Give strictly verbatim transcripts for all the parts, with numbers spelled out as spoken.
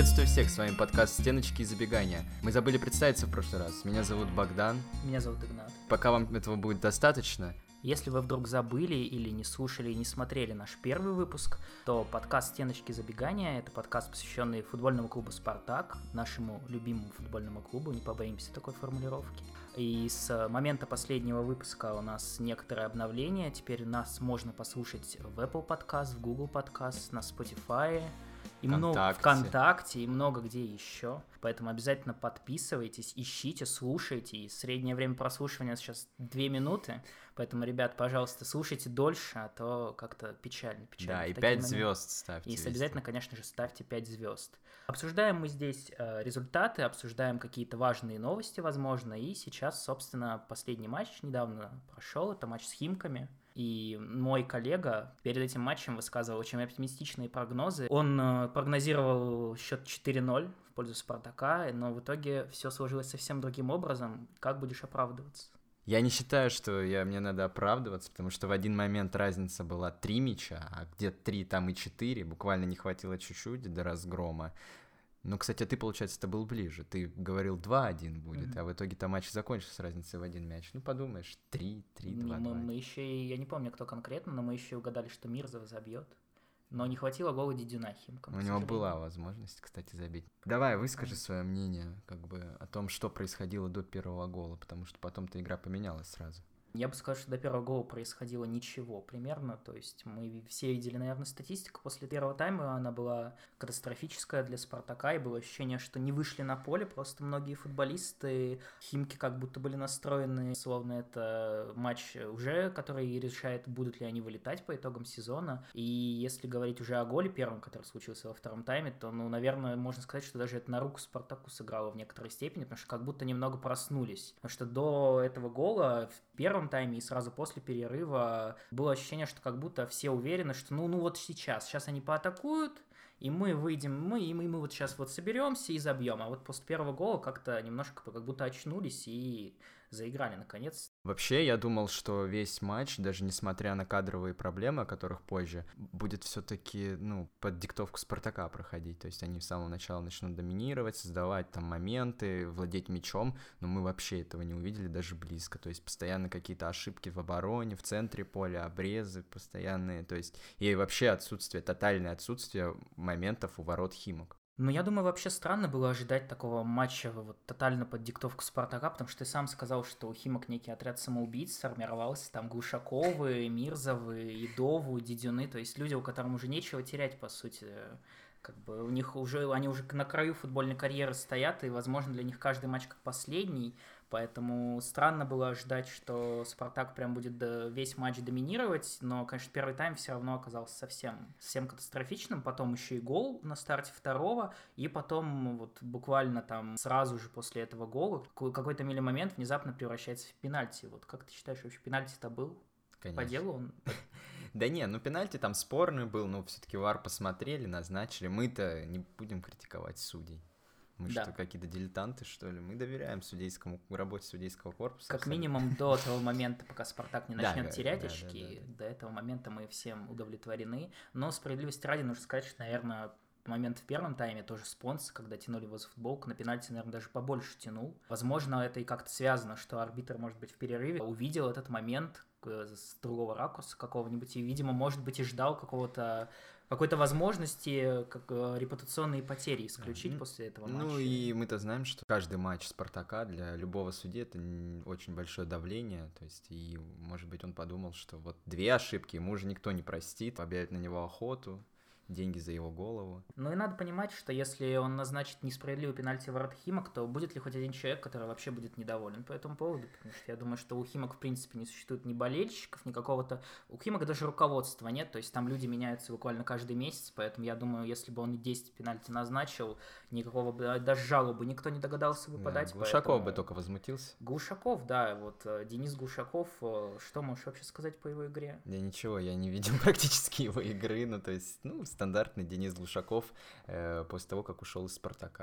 Приветствую всех, с вами подкаст «Стеночки и забегания». Мы забыли представиться в прошлый раз. Меня зовут Богдан. Меня зовут Игнат. Пока вам этого будет достаточно. Если вы вдруг забыли или не слушали и не смотрели наш первый выпуск, то подкаст «Стеночки и забегания» — это подкаст, посвященный футбольному клубу «Спартак», нашему любимому футбольному клубу, не побоимся такой формулировки. И с момента последнего выпуска у нас некоторые обновления. Теперь нас можно послушать в Apple Podcast, в Google Podcast, на Spotify, и много ВКонтакте и много где еще. Поэтому обязательно подписывайтесь, ищите, слушайте. И среднее время прослушивания сейчас две минуты. Поэтому, ребят, пожалуйста, слушайте дольше, а то как-то печально. печально Да, и пять звезд ставьте. И обязательно, конечно же, ставьте пять звезд. Обсуждаем мы здесь э, результаты, обсуждаем какие-то важные новости, возможно. И сейчас, собственно, последний матч недавно прошел. Это матч с Химками. И мой коллега перед этим матчем высказывал очень оптимистичные прогнозы. Он э, прогнозировал счет четыре ноль в пользу Спартака, но в итоге все сложилось совсем другим образом. Как будешь оправдываться? Я не считаю, что я, мне надо оправдываться, потому что в один момент разница была три мяча, а где-то три, там и четыре. Буквально не хватило чуть-чуть до разгрома. Ну, кстати, ты, получается, ты был ближе. Ты говорил два один будет, mm-hmm. а в итоге-то матч закончился с разницей в один мяч. Ну, подумаешь, три, три, два, мы, два. Мы еще и, я не помню, кто конкретно, но мы еще и угадали, что Мирзов забьет. Но не хватило гола Дидюна Химкам. У него была возможность, кстати, забить. Давай, выскажи mm-hmm. свое мнение как бы о том, что происходило до первого гола, потому что потом-то игра поменялась сразу. Я бы сказал, что до первого гола происходило ничего примерно, то есть мы все видели, наверное, статистику после первого тайма, она была катастрофическая для Спартака, и было ощущение, что не вышли на поле, просто многие футболисты, Химки как будто были настроены, словно это матч уже, который решает, будут ли они вылетать по итогам сезона, и если говорить уже о голе первом, который случился во втором тайме, то, ну, наверное, можно сказать, что даже это на руку Спартаку сыграло в некоторой степени, потому что как будто немного проснулись, потому что до этого гола в первом тайме и сразу после перерыва было ощущение, что как будто все уверены, что ну, ну вот сейчас, сейчас они поатакуют, и мы выйдем, мы, и мы, мы вот сейчас вот соберемся и забьем. А вот после первого гола как-то немножко как будто очнулись и заиграли наконец. Вообще, я думал, что весь матч, даже несмотря на кадровые проблемы, о которых позже, будет все-таки, ну, под диктовку Спартака проходить. То есть они с самого начала начнут доминировать, создавать там моменты, владеть мячом, но мы вообще этого не увидели даже близко. То есть постоянно какие-то ошибки в обороне, в центре поля, обрезы постоянные. То есть и вообще отсутствие, тотальное отсутствие моментов у ворот Химок. Ну, я думаю, вообще странно было ожидать такого матча вот тотально под диктовку Спартака, потому что ты сам сказал, что у Химок некий отряд самоубийц сформировался, там Глушаковы, Мирзовы, Идовы, Дидюны, то есть люди, у которых уже нечего терять, по сути. Как бы у них уже, они уже на краю футбольной карьеры стоят, и, возможно, для них каждый матч как последний, поэтому странно было ожидать, что Спартак прям будет весь матч доминировать, но, конечно, первый тайм все равно оказался совсем, совсем катастрофичным, потом еще и гол на старте второго, и потом вот буквально там сразу же после этого гола какой-то милимомент внезапно превращается в пенальти. Вот как ты считаешь, вообще пенальти-то был? Конечно. По делу он... Да не, ну пенальти там спорный был, но все-таки ВАР посмотрели, назначили. Мы-то не будем критиковать судей. Мы да. что, какие-то дилетанты, что ли? Мы доверяем судейскому, работе судейского корпуса. Как абсолютно. Минимум до того момента, пока Спартак не начнет да, терять да, очки, да, да, да. До этого момента мы всем удовлетворены. Но справедливости ради нужно сказать, что, наверное, момент в первом тайме тоже спонс, когда тянули его за футболку, на пенальти, наверное, даже побольше тянул. Возможно, это и как-то связано, что арбитр, может быть, в перерыве увидел этот момент с другого ракурса какого-нибудь, и, видимо, может быть, и ждал какого-то какой-то возможности как репутационные потери исключить mm-hmm. после этого матча. Ну и мы-то знаем, что каждый матч Спартака для любого судьи это очень большое давление, то есть и, может быть, он подумал, что вот две ошибки ему уже никто не простит, объявит на него охоту, деньги за его голову. Ну и надо понимать, что если он назначит несправедливый пенальти в ворот Химок, то будет ли хоть один человек, который вообще будет недоволен по этому поводу, потому что я думаю, что у Химок в принципе не существует ни болельщиков, ни какого-то... У Химок даже руководства нет, то есть там люди меняются буквально каждый месяц, поэтому я думаю, если бы он десять пенальти назначил, никакого бы, даже жалобы никто не догадался бы подать. Да, Глушаков поэтому... бы только возмутился. Глушаков, да, вот Денис Глушаков, что можешь вообще сказать по его игре? Да ничего, я не видел практически его игры, ну то есть, ну, стандартный Денис Глушаков э, после того, как ушел из Спартака.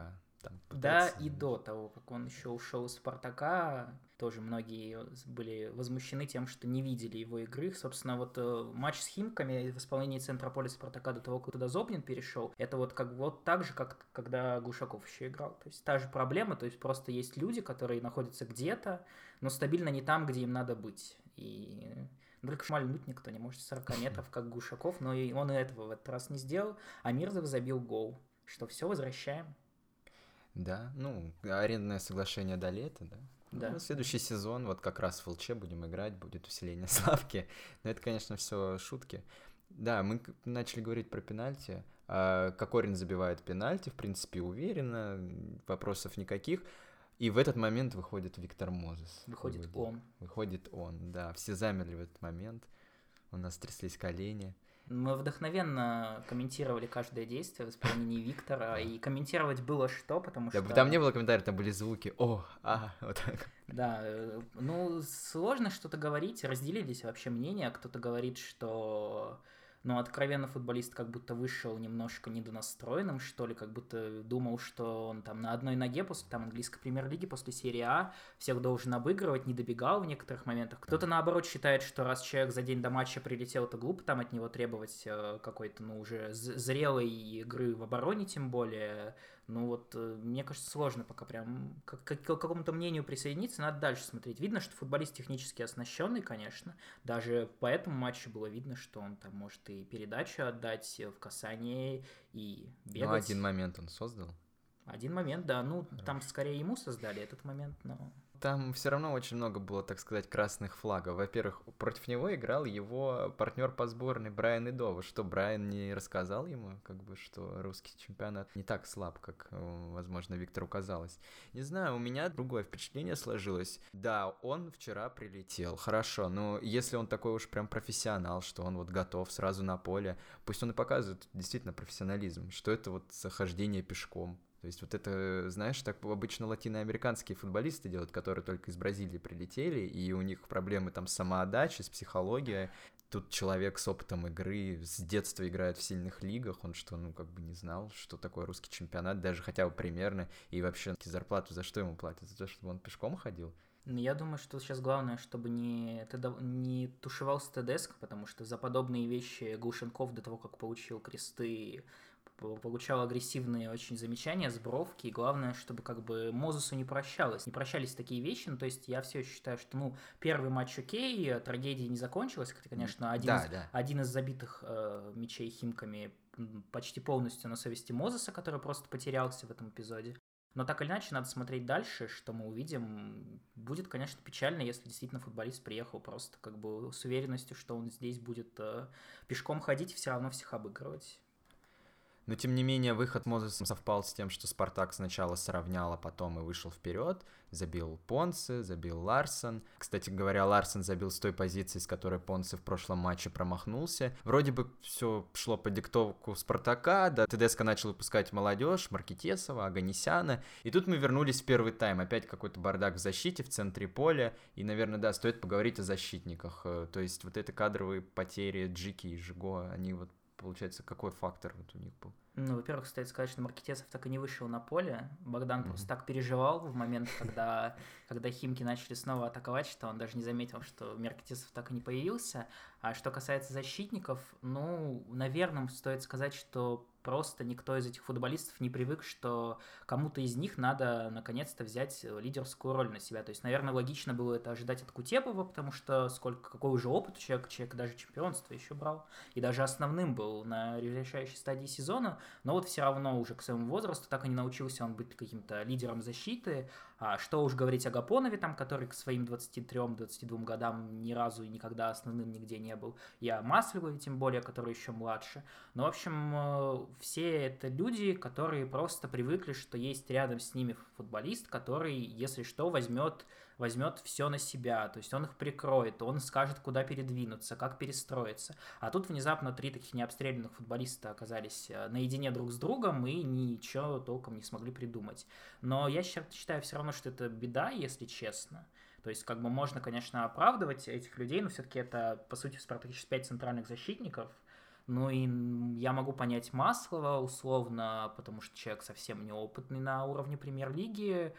там Да, пытается. и до того, как он еще ушел из «Спартака», тоже многие были возмущены тем, что не видели его игры. Собственно, вот э, матч с Химками в исполнении центра поля «Спартака» до того, как туда Зобнин перешел, это вот как вот так же, как когда Глушаков еще играл. То есть та же проблема, то есть просто есть люди, которые находятся где-то, но стабильно не там, где им надо быть. И только шмальнуть никто не может с сорока метров, как Глушаков, но и он и этого в этот раз не сделал, а Мирзов забил гол. Что все, возвращаем. Да, ну, арендное соглашение до лета, да. Да. Ну, следующий сезон, вот как раз в ЛЧ будем играть, будет усиление ставки. Но это, конечно, все шутки. Да, мы начали говорить про пенальти. А Кокорин забивает пенальти, в принципе, уверенно, вопросов никаких. И в этот момент выходит Виктор Мозес. Выходит Выходит. он. Выходит он, да. Все замерли в этот момент. У нас тряслись колени. Мы вдохновенно комментировали каждое действие в исполнении Виктора, и комментировать было что, потому что... Да, там не было комментариев, там были звуки «О, а», вот так. Да, ну, сложно что-то говорить, разделились вообще мнения, кто-то говорит, что... Ну, откровенно футболист как будто вышел немножко недонастроенным, что ли, как будто думал, что он там на одной ноге после там английской премьер-лиги, после серии А, всех должен обыгрывать, не добегал в некоторых моментах. Кто-то, наоборот, считает, что раз человек за день до матча прилетел, то глупо там от него требовать э, какой-то, ну, уже зрелой игры в обороне, тем более. Ну вот, мне кажется, сложно пока прям к, к, к какому-то мнению присоединиться, надо дальше смотреть. Видно, что футболист технически оснащенный, конечно. Даже по этому матчу было видно, что он там может и передачу отдать в касание, и бегать. Ну, один момент он создал. Один момент, да. Ну, Хорошо. Там скорее ему создали этот момент, но... Там все равно очень много было, так сказать, красных флагов. Во-первых, против него играл его партнер по сборной Брайан Идова. Что, Брайан не рассказал ему, как бы, что русский чемпионат не так слаб, как, возможно, Виктору казалось. Не знаю, у меня другое впечатление сложилось. Да, он вчера прилетел, хорошо, но если он такой уж прям профессионал, что он вот готов сразу на поле, пусть он и показывает действительно профессионализм, что это вот хождение пешком. То есть вот это, знаешь, так обычно латиноамериканские футболисты делают, которые только из Бразилии прилетели, и у них проблемы там с самоотдачей, с психологией. Тут человек с опытом игры, с детства играет в сильных лигах, он что, ну, как бы не знал, что такое русский чемпионат, даже хотя бы примерно, и вообще зарплату за что ему платят? За то, чтобы он пешком ходил? Я думаю, что сейчас главное, чтобы не, не тушевался Тедеско, потому что за подобные вещи Глушенков до того, как получил кресты, получал агрессивные очень замечания, сбровки, и главное, чтобы как бы Мозесу не прощалось. Не прощались такие вещи, ну, то есть я все еще считаю, что, ну, первый матч окей, трагедия не закончилась, хотя, конечно, один, да, из, да. один из забитых э, мячей Химками почти полностью на совести Мозеса, который просто потерялся в этом эпизоде. Но так или иначе, надо смотреть дальше, что мы увидим. Будет, конечно, печально, если действительно футболист приехал просто как бы с уверенностью, что он здесь будет э, пешком ходить и все равно всех обыгрывать. Но, тем не менее, выход Мозеса совпал с тем, что Спартак сначала сравнял, а потом и вышел вперед. Забил Понсе, забил Ларсон. Кстати говоря, Ларсон забил с той позиции, с которой Понсе в прошлом матче промахнулся. Вроде бы все шло по диктовку Спартака, да, Тедеско начал выпускать молодежь, Маркетесова, Аганесяна. И тут мы вернулись в первый тайм. Опять какой-то бардак в защите, в центре поля. И, наверное, да, стоит поговорить о защитниках. То есть вот это кадровые потери Джики и Жиго, они вот, получается, какой фактор вот у них был? Ну, во-первых, стоит сказать, что Маркетесов так и не вышел на поле. Богдан mm-hmm. просто так переживал в момент, когда, когда Химки начали снова атаковать, что он даже не заметил, что Маркетесов так и не появился. А что касается защитников, ну, наверное, стоит сказать, что просто никто из этих футболистов не привык, что кому-то из них надо наконец-то взять лидерскую роль на себя. То есть, наверное, логично было это ожидать от Кутепова, потому что сколько, какой уже опыт у человека, человек даже чемпионство еще брал, и даже основным был на решающей стадии сезона, но вот все равно уже к своему возрасту так и не научился он быть каким-то лидером защиты. А что уж говорить о Гапонове, там, который к своим двадцати трём - двадцати двум годам ни разу и никогда основным нигде не был, и о Маслове, тем более, который еще младше. Но, в общем, все это люди, которые просто привыкли, что есть рядом с ними футболист, который, если что, возьмет, возьмет все на себя, то есть он их прикроет, он скажет, куда передвинуться, как перестроиться. А тут внезапно три таких необстрелянных футболиста оказались наедине друг с другом и ничего толком не смогли придумать. Но я считаю все равно, что это беда, если честно. То есть, как бы можно, конечно, оправдывать этих людей, но все-таки это, по сути, в «Спартаке» сейчас пять центральных защитников. Ну и я могу понять Маслова условно, потому что человек совсем неопытный на уровне премьер-лиги,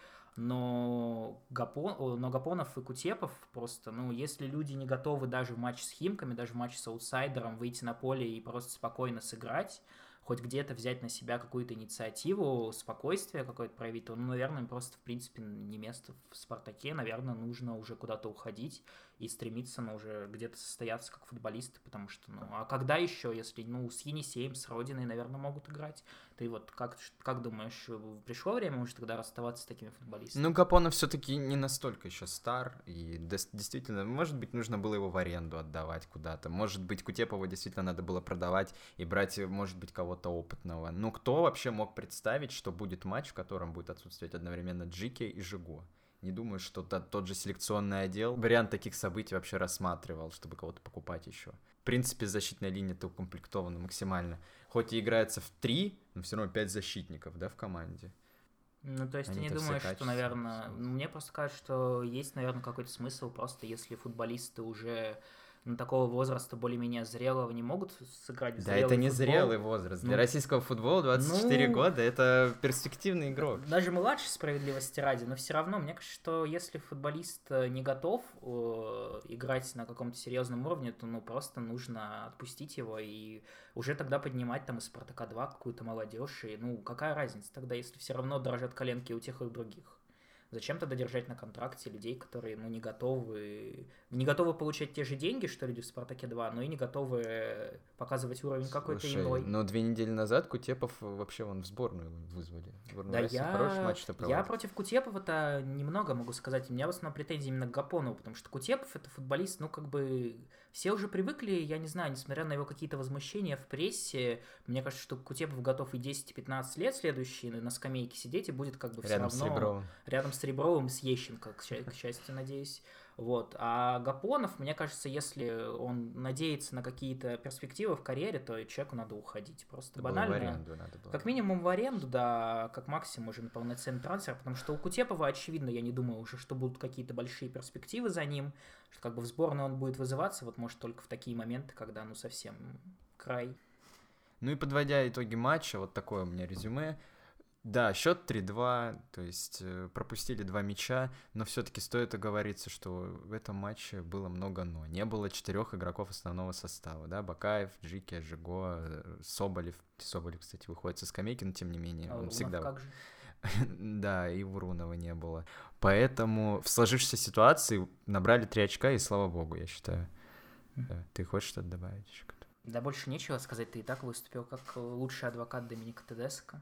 но, Гапон, но Гапонов и Кутепов просто, ну, если люди не готовы даже в матче с Химками, даже в матче с аутсайдером выйти на поле и просто спокойно сыграть, хоть где-то взять на себя какую-то инициативу, спокойствие какое-то проявить, то, ну, наверное, просто, в принципе, не место в «Спартаке», наверное, нужно уже куда-то уходить и стремиться, ну, уже где-то состояться как футболисты, потому что, ну, а когда еще, если, ну, с Енисеем, с Родиной, наверное, могут играть? Ты вот как, как думаешь, пришло время уже тогда расставаться с такими футболистами? Ну, Гапонов все-таки не настолько еще стар, и действительно, может быть, нужно было его в аренду отдавать куда-то, может быть, Кутепова действительно надо было продавать и брать, может быть, кого-то опытного. Ну, кто вообще мог представить, что будет матч, в котором будет отсутствовать одновременно Джики и Жиго? Не думаю, что тот, тот же селекционный отдел вариант таких событий вообще рассматривал, чтобы кого-то покупать еще. В принципе, защитная линия-то укомплектована максимально. Хоть и играется в три, но все равно пять защитников, да, в команде. Ну, то есть Они-то ты не думаешь, что, наверное... все. Мне просто кажется, что есть, наверное, какой-то смысл просто, если футболисты уже на такого возраста более-менее зрелого не могут сыграть в Да, зрелый это не футбол. зрелый возраст. Для ну, российского футбола двадцать четыре ну, года — это перспективный игрок. Даже младше, справедливости ради, но все равно, мне кажется, что если футболист не готов э, играть на каком-то серьезном уровне, то ну просто нужно отпустить его и уже тогда поднимать там из «Спартака два» какую-то молодежь. И ну какая разница тогда, если все равно дрожат коленки у тех и у других? Зачем тогда держать на контракте людей, которые, ну, не готовы, не готовы получать те же деньги, что люди в «Спартаке два», но и не готовы показывать уровень какой-то иной? Ну, две недели назад Кутепов вообще вон в сборную вызвали. Сборную да России. я... Хороший матч-то проводит. Я против Кутепова-то немного могу сказать. У меня в основном претензии именно к Гапонову, потому что Кутепов — это футболист, ну, как бы... Все уже привыкли, я не знаю, несмотря на его какие-то возмущения в прессе, мне кажется, что Кутепов готов и десять-пятнадцать лет следующие на скамейке сидеть и будет как бы все рядом равно... С Ребровым. Рядом с Ребровым и с Ещенко, к счастью, надеюсь. Вот. А Гапонов, мне кажется, если он надеется на какие-то перспективы в карьере, то человеку надо уходить. Просто Это банально. В аренду надо было. Как минимум в аренду, да, как максимум уже на полноценный трансфер, потому что у Кутепова, очевидно, я не думаю уже, что будут какие-то большие перспективы за ним, что как бы в сборную он будет вызываться, вот может только в такие моменты, когда ну совсем край. Ну и подводя итоги матча, вот такое у меня резюме. Да, счет три-два, то есть э, пропустили два мяча, но все-таки стоит оговориться, что в этом матче было много «но». Не было четырех игроков основного состава, да, Бакаев, Джики, Жиго, Соболев. Соболев, кстати, выходит со скамейки, но тем не менее, А он Урунов всегда... как же? Да, и Урунова не было. Поэтому в сложившейся ситуации набрали три очка, и слава богу, я считаю. Да. Ты хочешь что-то добавить еще? Да больше нечего сказать, ты и так выступил как лучший адвокат Доминика Тедеско.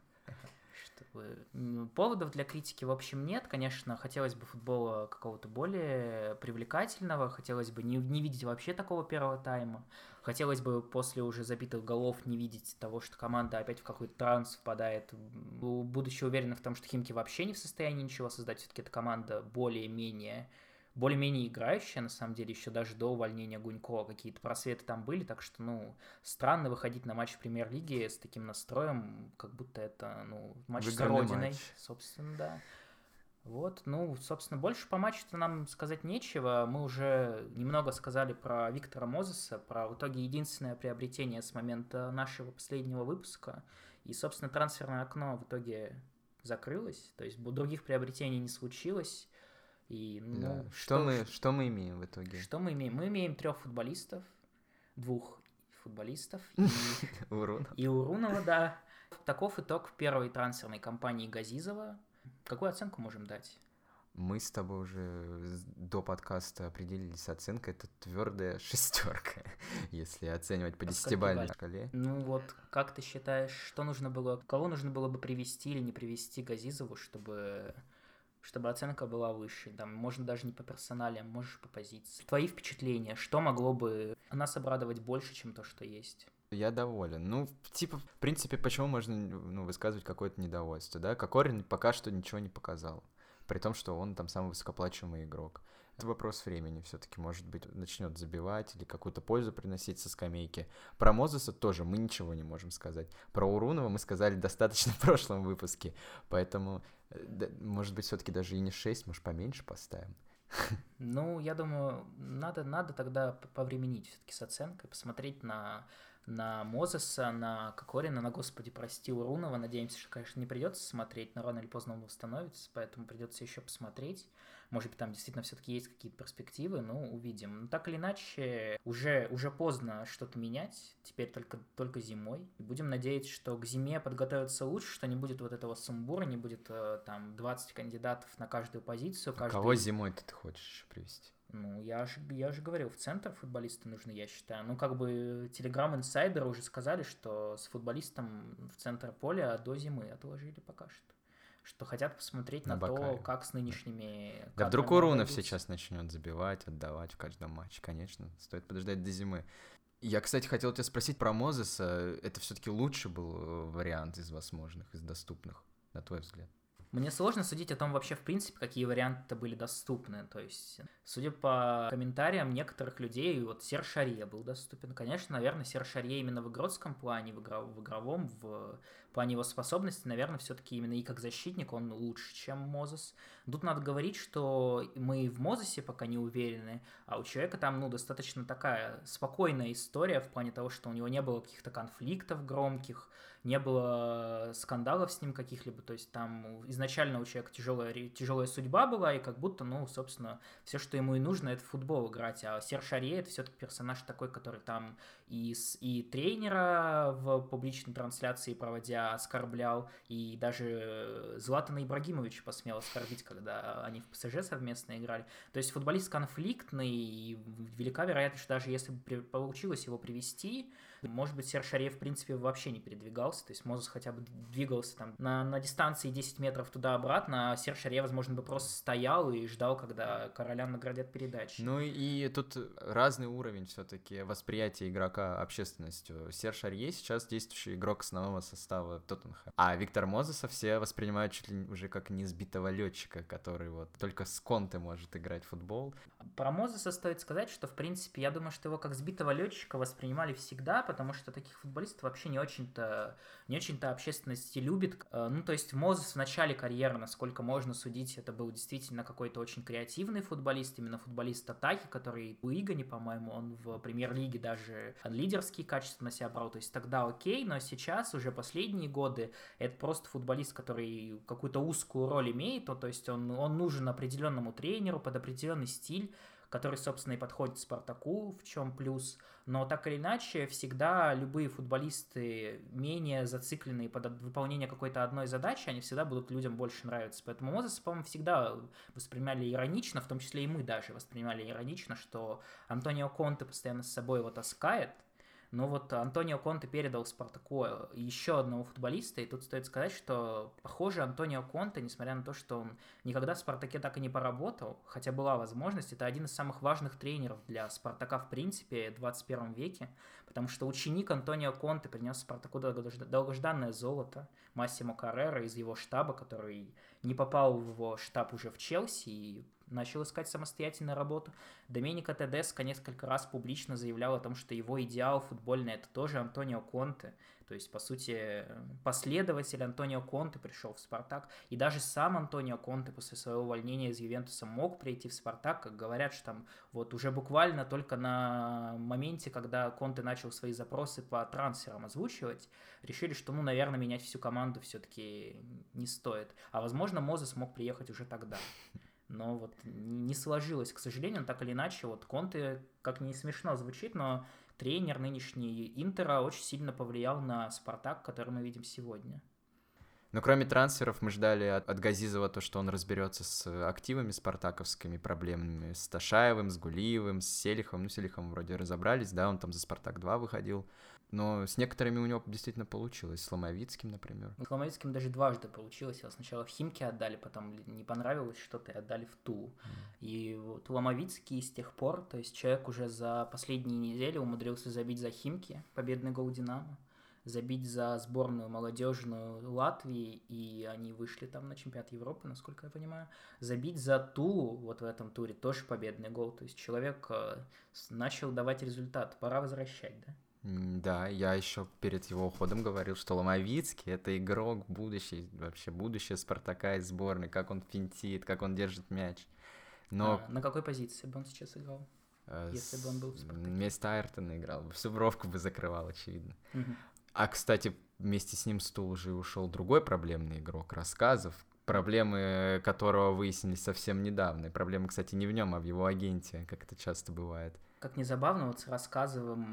Чтобы... Поводов для критики, в общем, нет. Конечно, хотелось бы футбола какого-то более привлекательного, хотелось бы не, не видеть вообще такого первого тайма. Хотелось бы после уже забитых голов не видеть того, что команда опять в какой-то транс впадает, будучи уверена в том, что Химки вообще не в состоянии ничего создать. Все-таки эта команда более-менее... более-менее играющая, на самом деле, еще даже до увольнения Гунько какие-то просветы там были, так что, ну, странно выходить на матч в Премьер-лиге с таким настроем, как будто это, ну, матч Выигранный с Родиной, матч. собственно, да. Вот, ну, собственно, больше по матчу-то нам сказать нечего. Мы уже немного сказали про Виктора Мозеса, про в итоге единственное приобретение с момента нашего последнего выпуска. И, собственно, трансферное окно в итоге закрылось, то есть других приобретений не случилось. И, ну, да. что, что, мы, что мы имеем в итоге? Что мы имеем? Мы имеем трех футболистов, двух футболистов и, и Урунова, да. Таков итог первой трансферной кампании Газизова. Какую оценку можем дать? Мы с тобой уже до подкаста определились с оценкой. Это твердая шестерка, если оценивать по десятибалльной шкале. Ну вот, как ты считаешь, что нужно было, кого нужно было бы привести или не привести Газизову, чтобы... чтобы оценка была выше, там, можно даже не по персоналиям, можешь по позиции. Твои впечатления, что могло бы нас обрадовать больше, чем то, что есть? Я доволен. Ну, типа, в принципе, почему можно ну, высказывать какое-то недовольство, да? Кокорин пока что ничего не показал, при том, что он там самый высокооплачиваемый игрок. Это вопрос времени все-таки, может быть, начнет забивать или какую-то пользу приносить со скамейки. Про Мозеса тоже мы ничего не можем сказать. Про Урунова мы сказали достаточно в прошлом выпуске, поэтому, может быть, все-таки даже и не шесть, может, поменьше поставим. Ну, я думаю, надо, надо тогда повременить все-таки с оценкой, посмотреть на на Мозеса, на Кокорина, на, господи, прости, Урунова. Надеемся, что, конечно, не придется смотреть, но рано или поздно он восстановится, поэтому придется еще посмотреть. Может быть, там действительно все-таки есть какие-то перспективы, но увидим. Но так или иначе, уже, уже поздно что-то менять, теперь только, только зимой. И будем надеяться, что к зиме подготовиться лучше, что не будет вот этого сумбура, не будет там двадцать кандидатов на каждую позицию. А каждый... кого зимой-то ты хочешь еще привести? Ну, я же, я же говорил, в центр футболисты нужны, я считаю. Ну, как бы телеграм-инсайдеры уже сказали, что с футболистом в центр поля до зимы отложили пока что. Что хотят посмотреть на, на то, как с нынешними... Да вдруг Урунов сейчас начнет забивать, отдавать в каждом матче, конечно. Стоит подождать до зимы. Я, кстати, хотел тебя спросить про Мозеса. Это все-таки лучший был вариант из возможных, из доступных, на твой взгляд? Мне сложно судить о том вообще, в принципе, какие варианты были доступны. То есть, судя по комментариям некоторых людей, вот Серж Шарье был доступен. Конечно, наверное, Серж Шарье именно в игротском плане, в, игров, в игровом, в плане его способностей, наверное, все-таки именно и как защитник он лучше, чем Мозес. Тут надо говорить, что мы в Мозесе пока не уверены, а у человека там, ну, достаточно такая спокойная история в плане того, что у него не было каких-то конфликтов громких, не было скандалов с ним каких-либо, то есть там изначально у человека тяжелая, тяжелая судьба была, и как будто, ну, собственно, все, что ему и нужно, это в футбол играть, а Серж Шарье это все-таки персонаж такой, который там и, и тренера в публичной трансляции проводя оскорблял, и даже Златана Ибрагимовича посмел оскорбить, когда они в ПСЖ совместно играли. То есть футболист конфликтный, и велика вероятность, что даже если бы получилось его привести, может быть, Серж Шарье, в принципе, вообще не передвигался, то есть Мозес хотя бы двигался там на, на дистанции десять метров туда-обратно, а Серж Шарье, возможно, бы просто стоял и ждал, когда королям наградят передачи. Ну и тут разный уровень все-таки восприятия игрока общественностью. Серж Шарье сейчас действующий игрок основного состава Тоттенхэма, а Виктор Мозеса все воспринимают чуть ли уже как неизбитого летчика, который вот только с Конте может играть в футбол. Про Мозеса стоит сказать, что, в принципе, я думаю, что его как сбитого летчика воспринимали всегда, потому что таких футболистов вообще не очень-то, не очень-то общественность любит. Ну, то есть Мозес в начале карьеры, насколько можно судить, это был действительно какой-то очень креативный футболист, именно футболист атаки, который у Игони, по-моему, он в премьер-лиге даже лидерские качества на себя брал, то есть тогда окей, но сейчас, уже последние годы, это просто футболист, который какую-то узкую роль имеет, то, то есть он, он нужен определенному тренеру под определенный стиль, который, собственно, и подходит Спартаку, в чем плюс. Но так или иначе, всегда любые футболисты, менее зацикленные под выполнение какой-то одной задачи, они всегда будут людям больше нравиться. Поэтому Мозеса, по-моему, всегда воспринимали иронично, в том числе и мы даже воспринимали иронично, что Антонио Конте постоянно с собой его таскает. Но вот Антонио Конте передал Спартаку еще одного футболиста, и тут стоит сказать, что, похоже, Антонио Конте, несмотря на то, что он никогда в Спартаке так и не поработал, хотя была возможность, это один из самых важных тренеров для Спартака в принципе в двадцать первом веке, потому что ученик Антонио Конте принес Спартаку долгожданное золото, Массимо Каррера из его штаба, который не попал в его штаб уже в Челси и начал искать самостоятельную работу. Доменико Тедеско несколько раз публично заявлял о том, что его идеал футбольный — это тоже Антонио Конте. То есть, по сути, последователь Антонио Конте пришел в Спартак. И даже сам Антонио Конте после своего увольнения из Ювентуса мог прийти в Спартак. Как говорят, что там вот уже буквально только на моменте, когда Конте начал свои запросы по трансферам озвучивать, решили, что, ну, наверное, менять всю команду все-таки не стоит. А, возможно, Мозес мог приехать уже тогда. Но вот не сложилось, к сожалению, так или иначе. Вот Конте, как ни смешно звучит, но тренер нынешний Интера очень сильно повлиял на Спартак, который мы видим сегодня. Но кроме трансферов мы ждали от, от Газизова то, что он разберется с активами спартаковскими проблемами, с Ташаевым, с Гулиевым, с Селихом. Ну, Селихом вроде разобрались, да, он там за Спартак два выходил. Но с некоторыми у него действительно получилось. С Ломовицким, например. С Ломовицким даже дважды получилось. Его сначала в Химки отдали, потом не понравилось что-то и отдали в Тулу. Mm. И вот Ломовицкий с тех пор, то есть человек уже за последние недели умудрился забить за Химки победный гол Динамо, забить за сборную молодежную Латвии, и они вышли там на чемпионат Европы, насколько я понимаю. Забить за Тулу вот в этом туре тоже победный гол. То есть человек начал давать результат. Пора возвращать, да? Да, я еще перед его уходом говорил, что Ломовицкий — это игрок будущий, вообще будущее Спартака из сборной, как он финтит, как он держит мяч. Но... А, на какой позиции бы он сейчас играл? Если бы он был в «Спартаке». Вместо Айртона играл бы. Всю бровку бы закрывал, очевидно. Угу. А, кстати, вместе с ним в стул уже ушел другой проблемный игрок, Рассказов, проблемы которого выяснились совсем недавно. И проблема, кстати, не в нем, а в его агенте, как это часто бывает. Как ни забавно, вот с Рассказовым,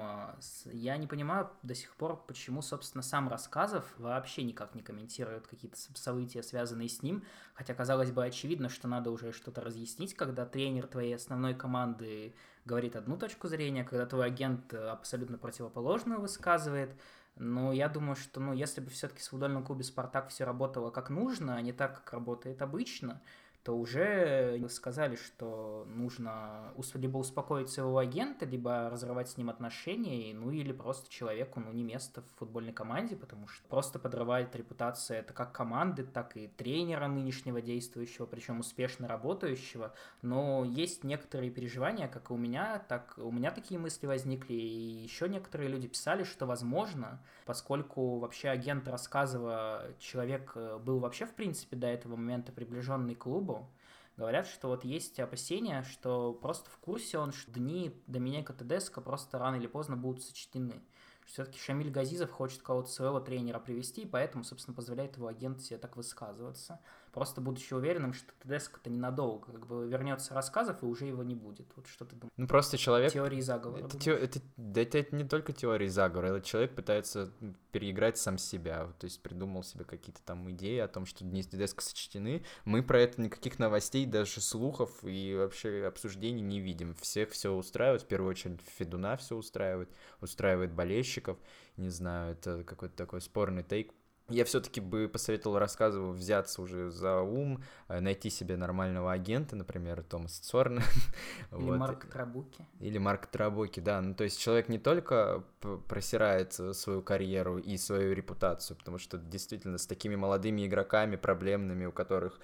я не понимаю до сих пор, почему, собственно, сам Рассказов вообще никак не комментирует какие-то события, связанные с ним, хотя, казалось бы, очевидно, что надо уже что-то разъяснить, когда тренер твоей основной команды говорит одну точку зрения, когда твой агент абсолютно противоположную высказывает. Но я думаю, что, ну, если бы все-таки в футбольном клубе «Спартак» все работало как нужно, а не так, как работает обычно, то уже сказали, что нужно либо успокоить своего агента, либо разрывать с ним отношения, ну или просто человеку, ну, не место в футбольной команде, потому что просто подрывает репутация это как команды, так и тренера нынешнего действующего, причем успешно работающего. Но есть некоторые переживания, как и у меня, так у меня такие мысли возникли, и еще некоторые люди писали, что возможно, поскольку вообще агент Рассказова человек был вообще в принципе до этого момента приближенный к клубу, говорят, что вот есть опасения, что просто в курсе он, что дни Доминика Тедеско просто рано или поздно будут сочтены. Все-таки Шамиль Газизов хочет кого-то своего тренера привести, и поэтому, собственно, позволяет его агент себе так высказываться. Просто будучи уверенным, что Тедеско-то ненадолго, как бы вернется Рассказов, и уже его не будет. Вот что ты думаешь? Ну, просто человек... Теории заговора. Это, те... это... Да, это, это не только теории заговора, это человек пытается переиграть сам себя, то есть придумал себе какие-то там идеи о том, что дни Тедеско сочтены. Мы про это никаких новостей, даже слухов и вообще обсуждений не видим. Всех все устраивает, в первую очередь Федуна все устраивает, устраивает болельщиков. Не знаю, это какой-то такой спорный тейк. Я все-таки бы посоветовал Рассказову взяться уже за ум, найти себе нормального агента, например, Томаса Цорна. Или вот. Марка Трабуки. Или Марка Трабуки, да. Ну, то есть человек не только просирает свою карьеру и свою репутацию, потому что действительно с такими молодыми игроками, проблемными, у которых,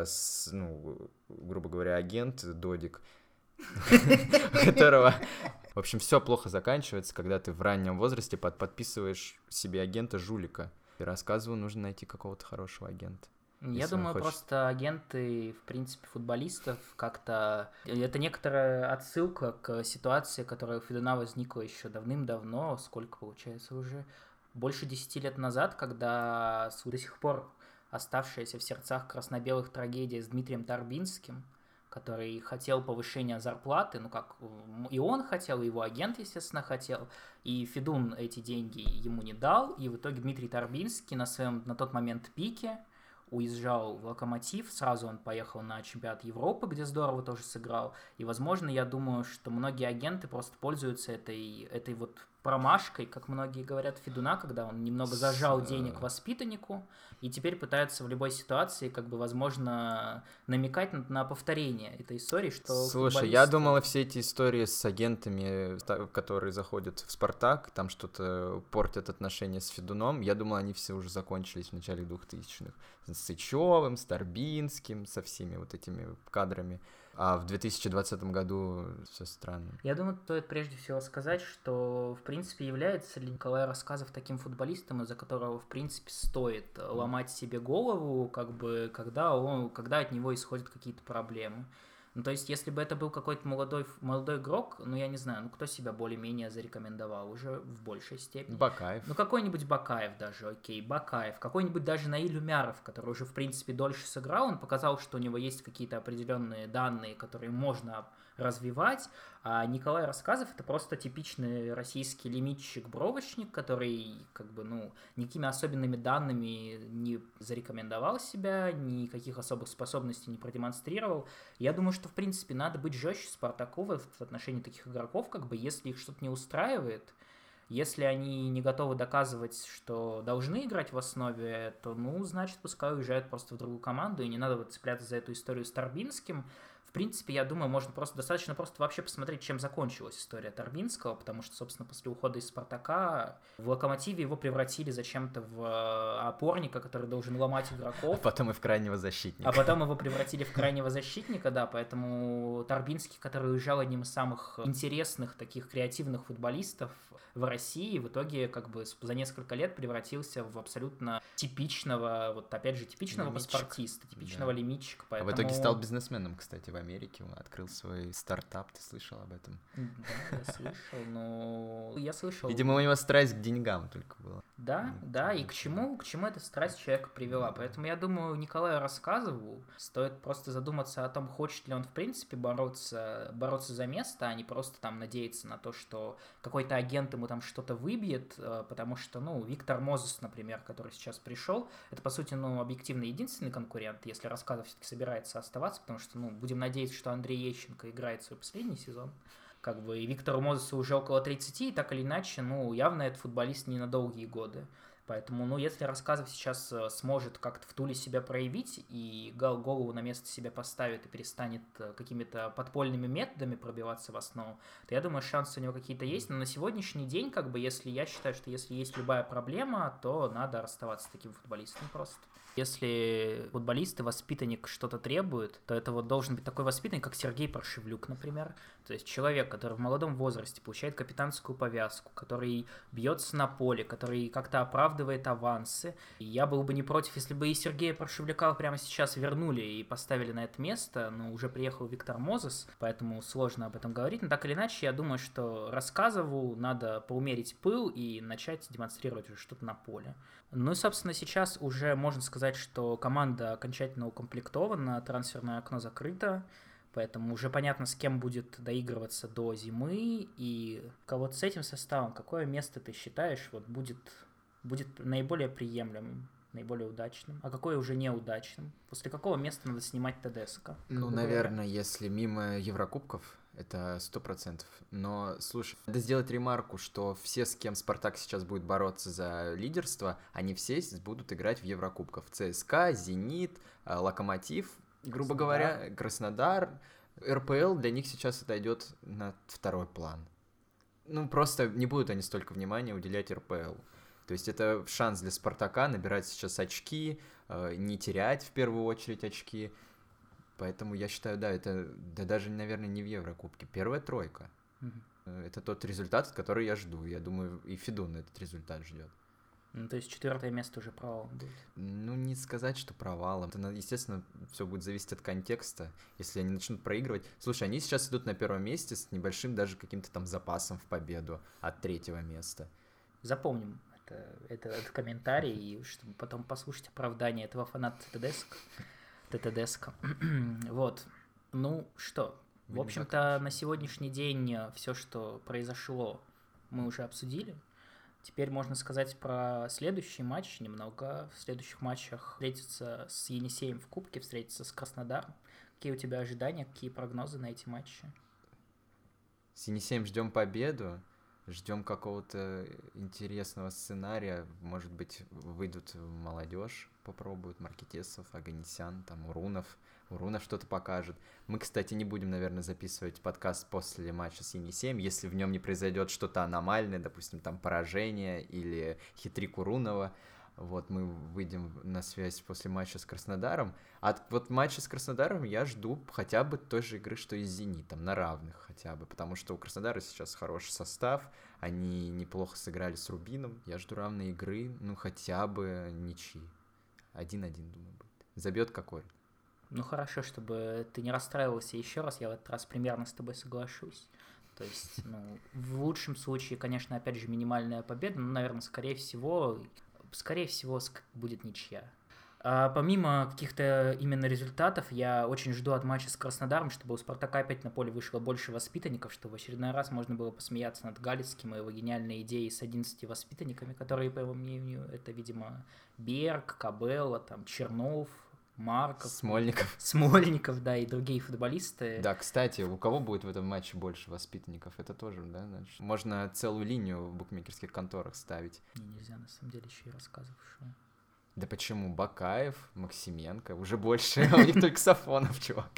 ну, грубо говоря, агент Додик, у которого... В общем, все плохо заканчивается, когда ты в раннем возрасте подписываешь себе агента-жулика. И Рассказываю, нужно найти какого-то хорошего агента. Я думаю, просто агенты, в принципе, футболистов как-то... Это некоторая отсылка к ситуации, которая у Федуна возникла еще давным-давно, сколько, получается, уже больше десяти лет назад, когда до сих пор оставшаяся в сердцах красно-белых трагедия с Дмитрием Торбинским, который хотел повышения зарплаты, ну как и он хотел, и его агент, естественно, хотел, и Федун эти деньги ему не дал, и в итоге Дмитрий Торбинский на своем на тот момент пике уезжал в «Локомотив», сразу он поехал на чемпионат Европы, где здорово тоже сыграл, и, возможно, я думаю, что многие агенты просто пользуются этой, этой вот промашкой, как многие говорят, Федуна, когда он немного зажал денег воспитаннику, и теперь пытаются в любой ситуации, как бы, возможно, намекать на, на повторение этой истории, что... Слушай, футболист... я думал, все эти истории с агентами, которые заходят в «Спартак», там что-то портят отношения с Федуном, я думал, они все уже закончились в начале двухтысячных. С Сычевым, с Торбинским, со всеми вот этими кадрами. А в две тысячи двадцатом году все странно. Я думаю, стоит прежде всего сказать, что, в принципе, является ли Николай Рассказов таким футболистом, из-за которого, в принципе, стоит ломать себе голову, как бы, когда, он, когда от него исходят какие-то проблемы. Ну, то есть, если бы это был какой-то молодой, молодой игрок, ну, я не знаю, ну, кто себя более-менее зарекомендовал уже в большей степени? Бакаев. Ну, какой-нибудь Бакаев даже, окей, Бакаев. Какой-нибудь даже Наиль Умяров, который уже, в принципе, дольше сыграл, он показал, что у него есть какие-то определенные данные, которые можно развивать, а Николай Рассказов — это просто типичный российский лимитчик-бровочник, который, как бы, ну, никакими особенными данными не зарекомендовал себя, никаких особых способностей не продемонстрировал. Я думаю, что, в принципе, надо быть жестче Спартаку в отношении таких игроков, как бы, если их что-то не устраивает, если они не готовы доказывать, что должны играть в основе, то, ну, значит, пускай уезжают просто в другую команду, и не надо вот цепляться за эту историю с Торбинским. В принципе, я думаю, можно просто достаточно просто вообще посмотреть, чем закончилась история Торбинского, потому что, собственно, после ухода из «Спартака» в «Локомотиве» его превратили зачем-то в опорника, который должен ломать игроков. А потом и в крайнего защитника. А потом его превратили в крайнего защитника, да, поэтому Торбинский, который уезжал одним из самых интересных таких креативных футболистов, в России, в итоге как бы за несколько лет превратился в абсолютно типичного, вот опять же, типичного Лимитчик. паспортиста, типичного Да. лимитчика. Поэтому... А в итоге стал бизнесменом, кстати, в Америке. Он открыл свой стартап, ты слышал об этом? Да, я слышал, но... Я слышал. Видимо, у него страсть к деньгам только была. Да, Ну, да, и к чему, к чему эта страсть человека привела. Поэтому я думаю, Николаю Рассказову стоит просто задуматься о том, хочет ли он в принципе бороться, бороться за место, а не просто там надеяться на то, что какой-то агент ему там что-то выбьет, потому что, ну, Виктор Мозес, например, который сейчас пришел, это, по сути, ну, объективно единственный конкурент, если Рассказов все-таки собирается оставаться, потому что, ну, будем надеяться, что Андрей Ещенко играет свой последний сезон. Как бы и Виктору Мозесу уже около тридцати, и так или иначе, ну, явно этот футболист не на долгие годы. Поэтому, ну, если Рассказов сейчас сможет как-то в Туле себя проявить и голову на место себе поставит и перестанет какими-то подпольными методами пробиваться в основу, то я думаю, шансы у него какие-то есть. Но на сегодняшний день, как бы, если я считаю, что если есть любая проблема, то надо расставаться с таким футболистом просто. Если футболист и воспитанник что-то требует, то это вот должен быть такой воспитанник, как Сергей Паршевлюк, например. То есть человек, который в молодом возрасте получает капитанскую повязку, который бьется на поле, который как-то оправдывает авансы. И я был бы не против, если бы и Сергея Паршевлюка прямо сейчас вернули и поставили на это место, но уже приехал Виктор Мозес, поэтому сложно об этом говорить. Но так или иначе, я думаю, что Рассказову надо поумерить пыл и начать демонстрировать уже что-то на поле. Ну и, собственно, сейчас уже можно сказать, что команда окончательно укомплектована, трансферное окно закрыто, поэтому уже понятно, с кем будет доигрываться до зимы, и вот с этим составом какое место ты считаешь вот будет, будет наиболее приемлемым, наиболее удачным, а какое уже неудачным? После какого места надо снимать Тедеско? Ну, наверное, если мимо Еврокубков, это сто процентов. Но, слушай, надо сделать ремарку, что все, с кем Спартак сейчас будет бороться за лидерство, они все будут играть в Еврокубках. ЦСКА, Зенит, Локомотив, грубо Краснодар. говоря, Краснодар. эр пэ эл для них сейчас отойдет на второй план. Ну, просто не будут они столько внимания уделять эр пэ эл. То есть это шанс для Спартака набирать сейчас очки, не терять в первую очередь очки. Поэтому я считаю, да, это да даже, наверное, не в Еврокубке. Первая тройка. Mm-hmm. Это тот результат, который я жду. Я думаю, и Федун этот результат ждет. Ну, то есть четвертое место уже провалом будет? Ну, не сказать, что провалом. Это, естественно, все будет зависеть от контекста. Если они начнут проигрывать... Слушай, они сейчас идут на первом месте с небольшим даже каким-то там запасом в победу от третьего места. Запомним это, это, этот комментарий, и чтобы потом послушать оправдание этого фаната Тедеско. Тедеско. Вот. Ну что, в общем-то, на сегодняшний день все, что произошло, мы уже обсудили. Теперь можно сказать про следующий матч немного. В следующих матчах встретиться с Енисеем в Кубке, встретиться с Краснодаром. Какие у тебя ожидания, какие прогнозы на эти матчи? С Енисеем ждем победу. Ждем какого-то интересного сценария. Может быть, выйдут молодежь, попробуют Маркетесов, Аганесян, там Урунов. Урунов что-то покажет. Мы, кстати, не будем, наверное, записывать подкаст после матча с Енисеем, если в нем не произойдет что-то аномальное, допустим, там поражение или хитрик Урунова. Вот мы выйдем на связь после матча с Краснодаром. А вот матча с Краснодаром я жду хотя бы той же игры, что и с Зенитом, на равных хотя бы, потому что у Краснодара сейчас хороший состав, они неплохо сыграли с Рубином. Я жду равной игры, ну хотя бы ничьи. один-один, думаю, будет. Забьет какой? Ну хорошо, чтобы ты не расстраивался еще раз, я в этот раз примерно с тобой соглашусь. То есть, ну, в лучшем случае, конечно, опять же, минимальная победа, но, наверное, скорее всего... Скорее всего, будет ничья. А помимо каких-то именно результатов, я очень жду от матча с Краснодаром, чтобы у Спартака опять на поле вышло больше воспитанников, чтобы в очередной раз можно было посмеяться над Галицким и его гениальной идеей с одиннадцатью воспитанниками, которые, по его мнению, это, видимо, Берг, Кабелла, там, Чернов, Марков, Смольников. Смольников, да, и другие футболисты. Да, кстати, у кого будет в этом матче больше воспитанников? Это тоже, да, значит, можно целую линию в букмекерских конторах ставить. Не, нельзя, на самом деле, еще и рассказывавшего. Да почему? Бакаев, Максименко, уже больше, у них только Сафонов, чувак.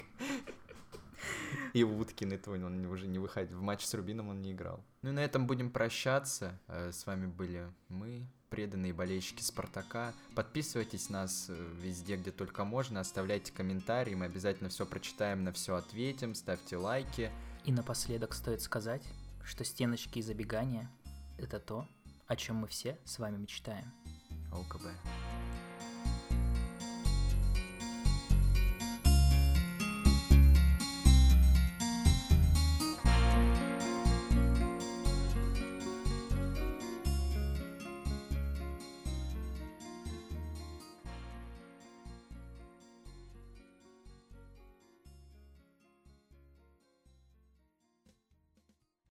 И Уткин, и то он уже не выходит. В матче с Рубином он не играл. Ну и на этом будем прощаться. С вами были мы, преданные болельщики Спартака. Подписывайтесь на нас везде, где только можно. Оставляйте комментарии, мы обязательно все прочитаем, на все ответим. Ставьте лайки. И напоследок стоит сказать, что стеночки и забегания это то, о чем мы все с вами мечтаем. ОКБ.